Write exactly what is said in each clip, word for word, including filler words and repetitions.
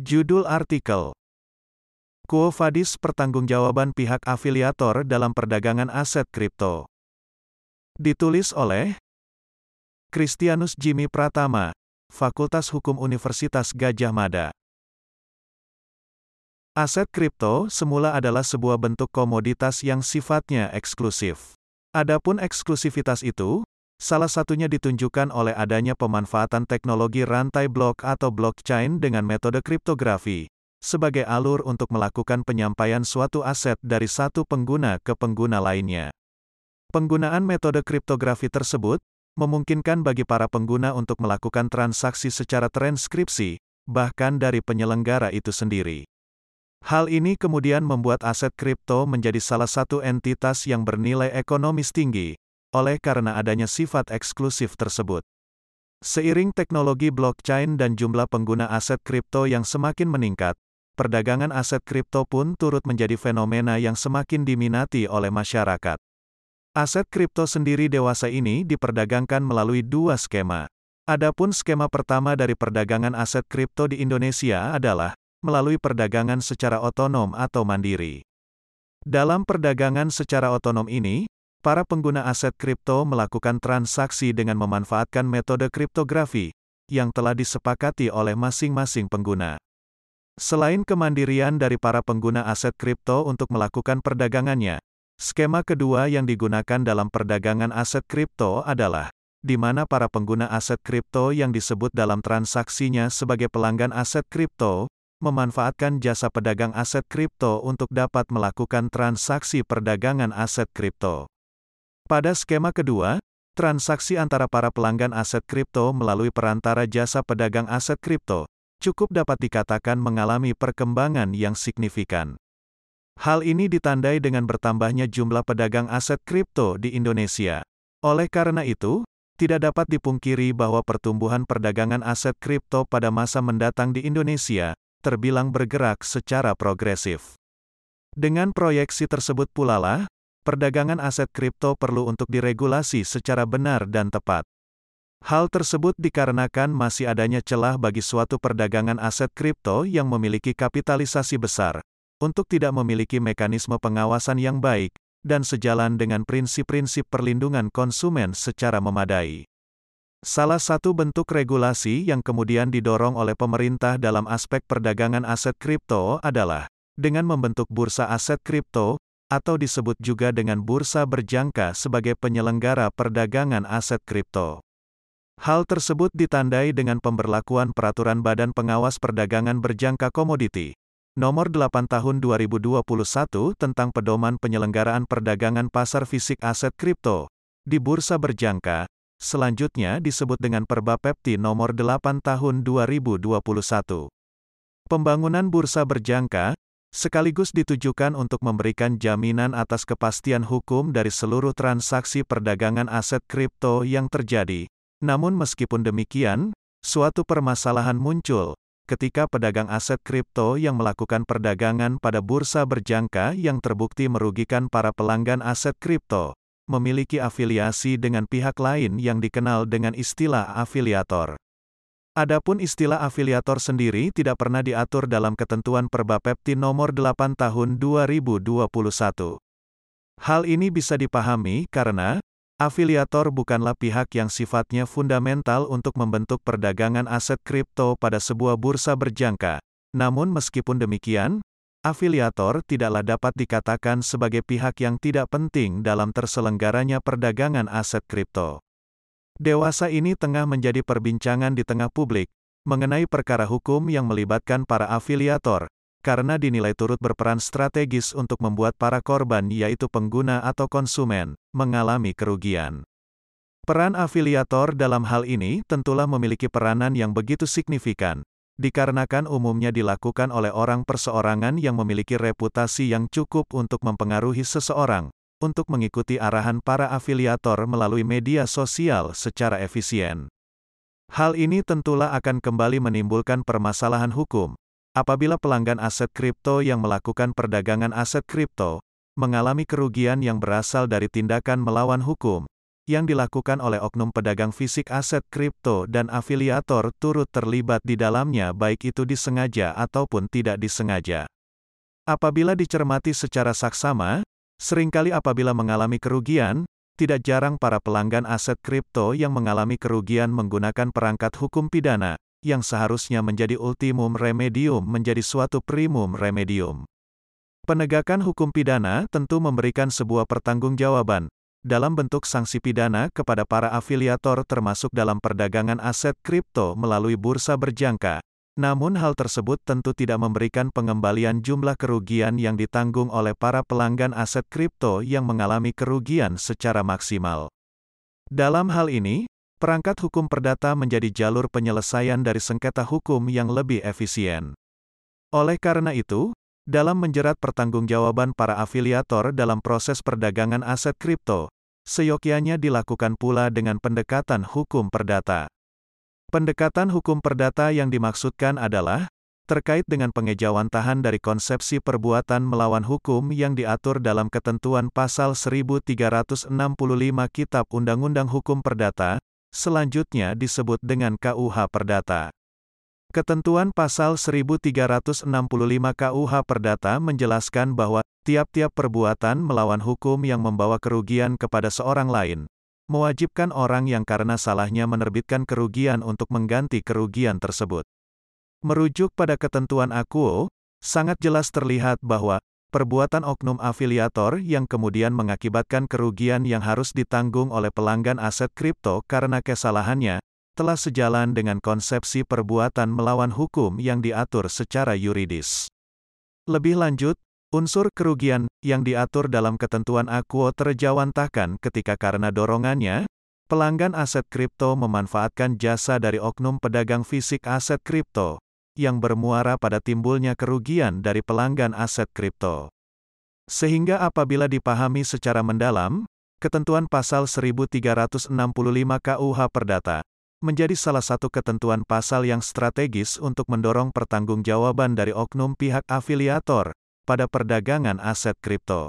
Judul artikel: Quo Vadis pertanggungjawaban pihak afiliator dalam perdagangan aset kripto. Ditulis oleh Christianus Jimmy Pratama, Fakultas Hukum Universitas Gadjah Mada. Aset kripto semula adalah sebuah bentuk komoditas yang sifatnya eksklusif. Adapun eksklusivitas itu, salah satunya ditunjukkan oleh adanya pemanfaatan teknologi rantai blok atau blockchain dengan metode kriptografi, sebagai alur untuk melakukan penyampaian suatu aset dari satu pengguna ke pengguna lainnya. Penggunaan metode kriptografi tersebut, memungkinkan bagi para pengguna untuk melakukan transaksi secara transkripsi, bahkan dari penyelenggara itu sendiri. Hal ini kemudian membuat aset kripto menjadi salah satu entitas yang bernilai ekonomis tinggi, oleh karena adanya sifat eksklusif tersebut. Seiring teknologi blockchain dan jumlah pengguna aset kripto yang semakin meningkat, perdagangan aset kripto pun turut menjadi fenomena yang semakin diminati oleh masyarakat. Aset kripto sendiri dewasa ini diperdagangkan melalui dua skema. Adapun skema pertama dari perdagangan aset kripto di Indonesia adalah melalui perdagangan secara otonom atau mandiri. Dalam perdagangan secara otonom ini, para pengguna aset kripto melakukan transaksi dengan memanfaatkan metode kriptografi yang telah disepakati oleh masing-masing pengguna. Selain kemandirian dari para pengguna aset kripto untuk melakukan perdagangannya, skema kedua yang digunakan dalam perdagangan aset kripto adalah di mana para pengguna aset kripto yang disebut dalam transaksinya sebagai pelanggan aset kripto memanfaatkan jasa pedagang aset kripto untuk dapat melakukan transaksi perdagangan aset kripto. Pada skema kedua, transaksi antara para pelanggan aset kripto melalui perantara jasa pedagang aset kripto cukup dapat dikatakan mengalami perkembangan yang signifikan. Hal ini ditandai dengan bertambahnya jumlah pedagang aset kripto di Indonesia. Oleh karena itu, tidak dapat dipungkiri bahwa pertumbuhan perdagangan aset kripto pada masa mendatang di Indonesia terbilang bergerak secara progresif. Dengan proyeksi tersebut pula lah, perdagangan aset kripto perlu untuk diregulasi secara benar dan tepat. Hal tersebut dikarenakan masih adanya celah bagi suatu perdagangan aset kripto yang memiliki kapitalisasi besar, untuk tidak memiliki mekanisme pengawasan yang baik, dan sejalan dengan prinsip-prinsip perlindungan konsumen secara memadai. Salah satu bentuk regulasi yang kemudian didorong oleh pemerintah dalam aspek perdagangan aset kripto adalah dengan membentuk bursa aset kripto, atau disebut juga dengan bursa berjangka sebagai penyelenggara perdagangan aset kripto. Hal tersebut ditandai dengan pemberlakuan Peraturan Badan Pengawas Perdagangan Berjangka Komoditi Nomor delapan Tahun dua ribu dua puluh satu tentang pedoman penyelenggaraan perdagangan pasar fisik aset kripto di bursa berjangka. Selanjutnya disebut dengan Perbapepti Nomor delapan Tahun dua ribu dua puluh satu. Pembangunan bursa berjangka sekaligus ditujukan untuk memberikan jaminan atas kepastian hukum dari seluruh transaksi perdagangan aset kripto yang terjadi. Namun meskipun demikian, suatu permasalahan muncul ketika pedagang aset kripto yang melakukan perdagangan pada bursa berjangka yang terbukti merugikan para pelanggan aset kripto memiliki afiliasi dengan pihak lain yang dikenal dengan istilah afiliator. Adapun istilah afiliator sendiri tidak pernah diatur dalam ketentuan Perbapepti Nomor delapan Tahun dua ribu dua puluh satu. Hal ini bisa dipahami karena afiliator bukanlah pihak yang sifatnya fundamental untuk membentuk perdagangan aset kripto pada sebuah bursa berjangka. Namun meskipun demikian, afiliator tidaklah dapat dikatakan sebagai pihak yang tidak penting dalam terselenggaranya perdagangan aset kripto. Dewasa ini tengah menjadi perbincangan di tengah publik, mengenai perkara hukum yang melibatkan para afiliator, karena dinilai turut berperan strategis untuk membuat para korban yaitu pengguna atau konsumen, mengalami kerugian. Peran afiliator dalam hal ini tentulah memiliki peranan yang begitu signifikan, dikarenakan umumnya dilakukan oleh orang perseorangan yang memiliki reputasi yang cukup untuk mempengaruhi seseorang, untuk mengikuti arahan para afiliator melalui media sosial secara efisien. Hal ini tentulah akan kembali menimbulkan permasalahan hukum, apabila pelanggan aset kripto yang melakukan perdagangan aset kripto, mengalami kerugian yang berasal dari tindakan melawan hukum, yang dilakukan oleh oknum pedagang fisik aset kripto dan afiliator turut terlibat di dalamnya baik itu disengaja ataupun tidak disengaja. Apabila dicermati secara saksama, seringkali apabila mengalami kerugian, tidak jarang para pelanggan aset kripto yang mengalami kerugian menggunakan perangkat hukum pidana, yang seharusnya menjadi ultimum remedium menjadi suatu primum remedium. Penegakan hukum pidana tentu memberikan sebuah pertanggungjawaban, dalam bentuk sanksi pidana kepada para afiliator termasuk dalam perdagangan aset kripto melalui bursa berjangka. Namun hal tersebut tentu tidak memberikan pengembalian jumlah kerugian yang ditanggung oleh para pelanggan aset kripto yang mengalami kerugian secara maksimal. Dalam hal ini, perangkat hukum perdata menjadi jalur penyelesaian dari sengketa hukum yang lebih efisien. Oleh karena itu, dalam menjerat pertanggungjawaban para afiliator dalam proses perdagangan aset kripto, seyogyanya dilakukan pula dengan pendekatan hukum perdata. Pendekatan hukum perdata yang dimaksudkan adalah terkait dengan pengejawantahan dari konsepsi perbuatan melawan hukum yang diatur dalam ketentuan pasal seribu tiga ratus enam puluh lima Kitab Undang-Undang Hukum Perdata, selanjutnya disebut dengan K U H Perdata. Ketentuan pasal seribu tiga ratus enam puluh lima K U H Perdata menjelaskan bahwa tiap-tiap perbuatan melawan hukum yang membawa kerugian kepada seorang lain, mewajibkan orang yang karena salahnya menerbitkan kerugian untuk mengganti kerugian tersebut. Merujuk pada ketentuan A Q U, sangat jelas terlihat bahwa perbuatan oknum afiliator yang kemudian mengakibatkan kerugian yang harus ditanggung oleh pelanggan aset kripto karena kesalahannya, telah sejalan dengan konsepsi perbuatan melawan hukum yang diatur secara yuridis. Lebih lanjut, unsur kerugian yang diatur dalam ketentuan A Q U terjawantahkan ketika karena dorongannya, pelanggan aset kripto memanfaatkan jasa dari oknum pedagang fisik aset kripto, yang bermuara pada timbulnya kerugian dari pelanggan aset kripto. Sehingga apabila dipahami secara mendalam, ketentuan pasal seribu tiga ratus enam puluh lima K U H Perdata menjadi salah satu ketentuan pasal yang strategis untuk mendorong pertanggungjawaban dari oknum pihak afiliator pada perdagangan aset kripto.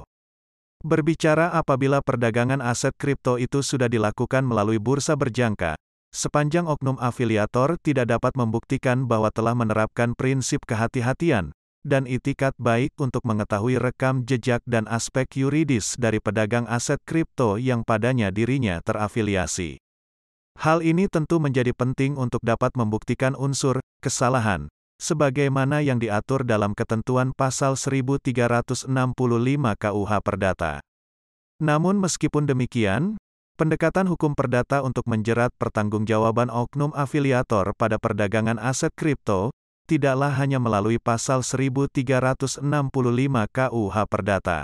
Berbicara apabila perdagangan aset kripto itu sudah dilakukan melalui bursa berjangka, sepanjang oknum afiliator tidak dapat membuktikan bahwa telah menerapkan prinsip kehati-hatian dan itikat baik untuk mengetahui rekam jejak dan aspek yuridis dari pedagang aset kripto yang padanya dirinya terafiliasi. Hal ini tentu menjadi penting untuk dapat membuktikan unsur kesalahan, sebagaimana yang diatur dalam ketentuan pasal seribu tiga ratus enam puluh lima K U H Perdata. Namun meskipun demikian, pendekatan hukum perdata untuk menjerat pertanggungjawaban oknum afiliator pada perdagangan aset kripto, tidaklah hanya melalui pasal seribu tiga ratus enam puluh lima K U H Perdata.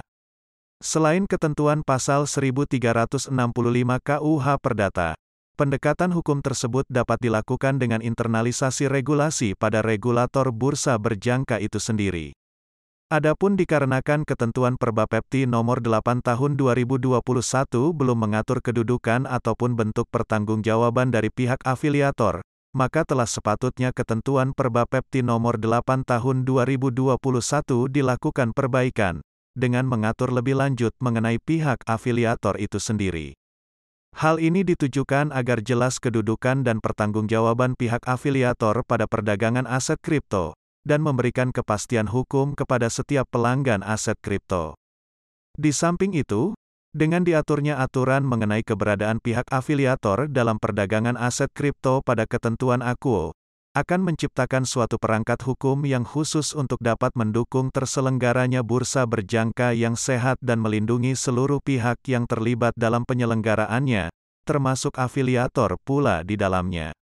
Selain ketentuan pasal seribu tiga ratus enam puluh lima K U H Perdata, pendekatan hukum tersebut dapat dilakukan dengan internalisasi regulasi pada regulator bursa berjangka itu sendiri. Adapun dikarenakan ketentuan Perbapepti nomor delapan tahun dua ribu dua puluh satu belum mengatur kedudukan ataupun bentuk pertanggungjawaban dari pihak afiliator, maka telah sepatutnya ketentuan Perbapepti nomor delapan tahun dua ribu dua puluh satu dilakukan perbaikan, dengan mengatur lebih lanjut mengenai pihak afiliator itu sendiri. Hal ini ditujukan agar jelas kedudukan dan pertanggungjawaban pihak afiliator pada perdagangan aset kripto, dan memberikan kepastian hukum kepada setiap pelanggan aset kripto. Di samping itu, dengan diaturnya aturan mengenai keberadaan pihak afiliator dalam perdagangan aset kripto pada ketentuan A Q U, akan menciptakan suatu perangkat hukum yang khusus untuk dapat mendukung terselenggaranya bursa berjangka yang sehat dan melindungi seluruh pihak yang terlibat dalam penyelenggaraannya, termasuk afiliator pula di dalamnya.